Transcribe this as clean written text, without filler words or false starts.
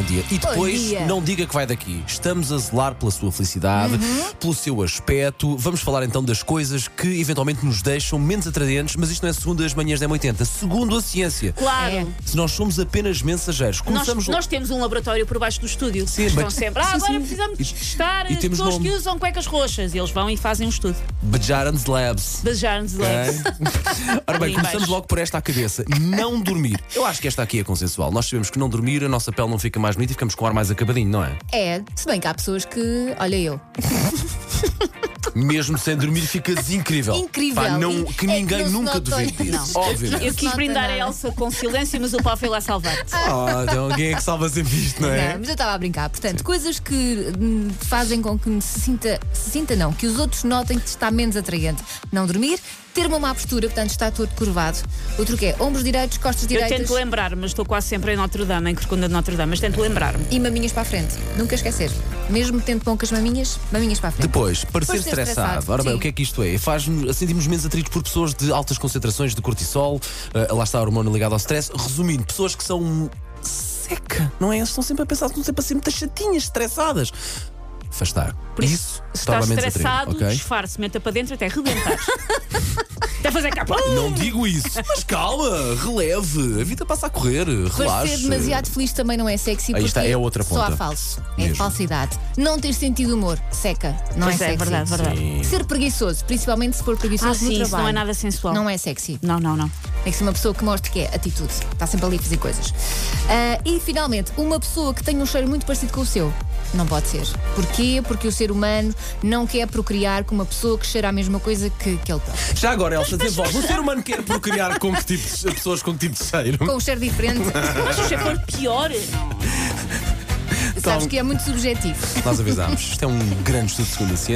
dia. E depois, Bom dia. não diga que vai daqui. Estamos a zelar pela sua felicidade, pelo seu aspecto. Vamos falar então das coisas que eventualmente nos deixam menos atraentes, mas isto não é segundo as manhãs da M80, segundo a ciência. Claro. É. Se nós somos apenas mensageiros, começamos Nós temos um laboratório por baixo do estúdio. Sim, Estão mas- sempre. sim, Agora sim. precisamos E- testar e as temos pessoas nome. que usam cuecas roxas. E eles vão e fazem um estudo. Bajarans Labs. Beijar-nos Ok? Ora bem, Ali começamos embaixo. logo por esta à cabeça. Não dormir. Eu acho que esta aqui é consensual. Nós sabemos que não dormir, a nossa pele não fica mais bonita e ficamos com o ar mais acabadinho, não é? É, se bem que há pessoas que. Olha eu. Mesmo sem dormir, ficas incrível. Incrível. Pá, não, E que é que ninguém não se nunca nota. duvide disso. Não. Obviamente. Eu quis nota brindar nada. a Elsa com silêncio, mas o Paulo foi lá salvar-te. Então alguém é que salva sempre isto, não é? Não, mas eu estava a brincar. Portanto, coisas que fazem com que se sinta não, que os outros notem que está menos atraente. Não dormir, ter uma má postura, portanto está todo curvado. Outro que é ombros direitos, costas Eu direitas tento lembrar, mas estou quase sempre em Notre Dame, em Corcunda de Notre Dame, mas tento lembrar-me. e maminhas para a frente. Nunca esquecer. Mesmo tendo poucas maminhas, maminhas para a frente. Depois, parecer Depois de ser estressado. estressado, Ora bem, sim. o que é que isto é? Sentimos menos atraídos por pessoas de altas concentrações de cortisol, lá está a hormona ligada ao stress. Resumindo, pessoas que são seca, não é? Estão sempre a pensar, estão sempre assim, muitas chatinhas, estressadas. Afastar. Por isso, se torna estás menos estressado, atraente, ok? disfarce, meta para dentro até rebentar. Até fazer capa. Não digo isso, mas calma, releve. A vida passa a correr, Parecer relaxe. demasiado feliz também não é sexy. Aí está, porque é outra Só ponta. há falso. É Mesmo. falsidade. Não ter sentido de humor. Seca. Não Pois é é, sexy. verdade, verdade. Sim. Ser preguiçoso, principalmente se for preguiçoso no Sim, trabalho. isso não é nada sensual. Não é sexy. Não, não, não. Tem que ser uma pessoa que mostre que é atitude. Está sempre ali a fazer coisas. E finalmente, uma pessoa que tem um cheiro muito parecido com o seu. Não pode ser. Porquê? Porque o ser humano não quer procriar com uma pessoa que cheira a mesma coisa que ele próprio. Já agora, Elsa, desenvolve. O ser humano quer procriar com que tipo de pessoas com que tipo de cheiro? Com um cheiro diferente. Mas se for pior, não. Sabes que é muito subjetivo. Nós avisámos. Isto é um grande estudo segundo a ciência.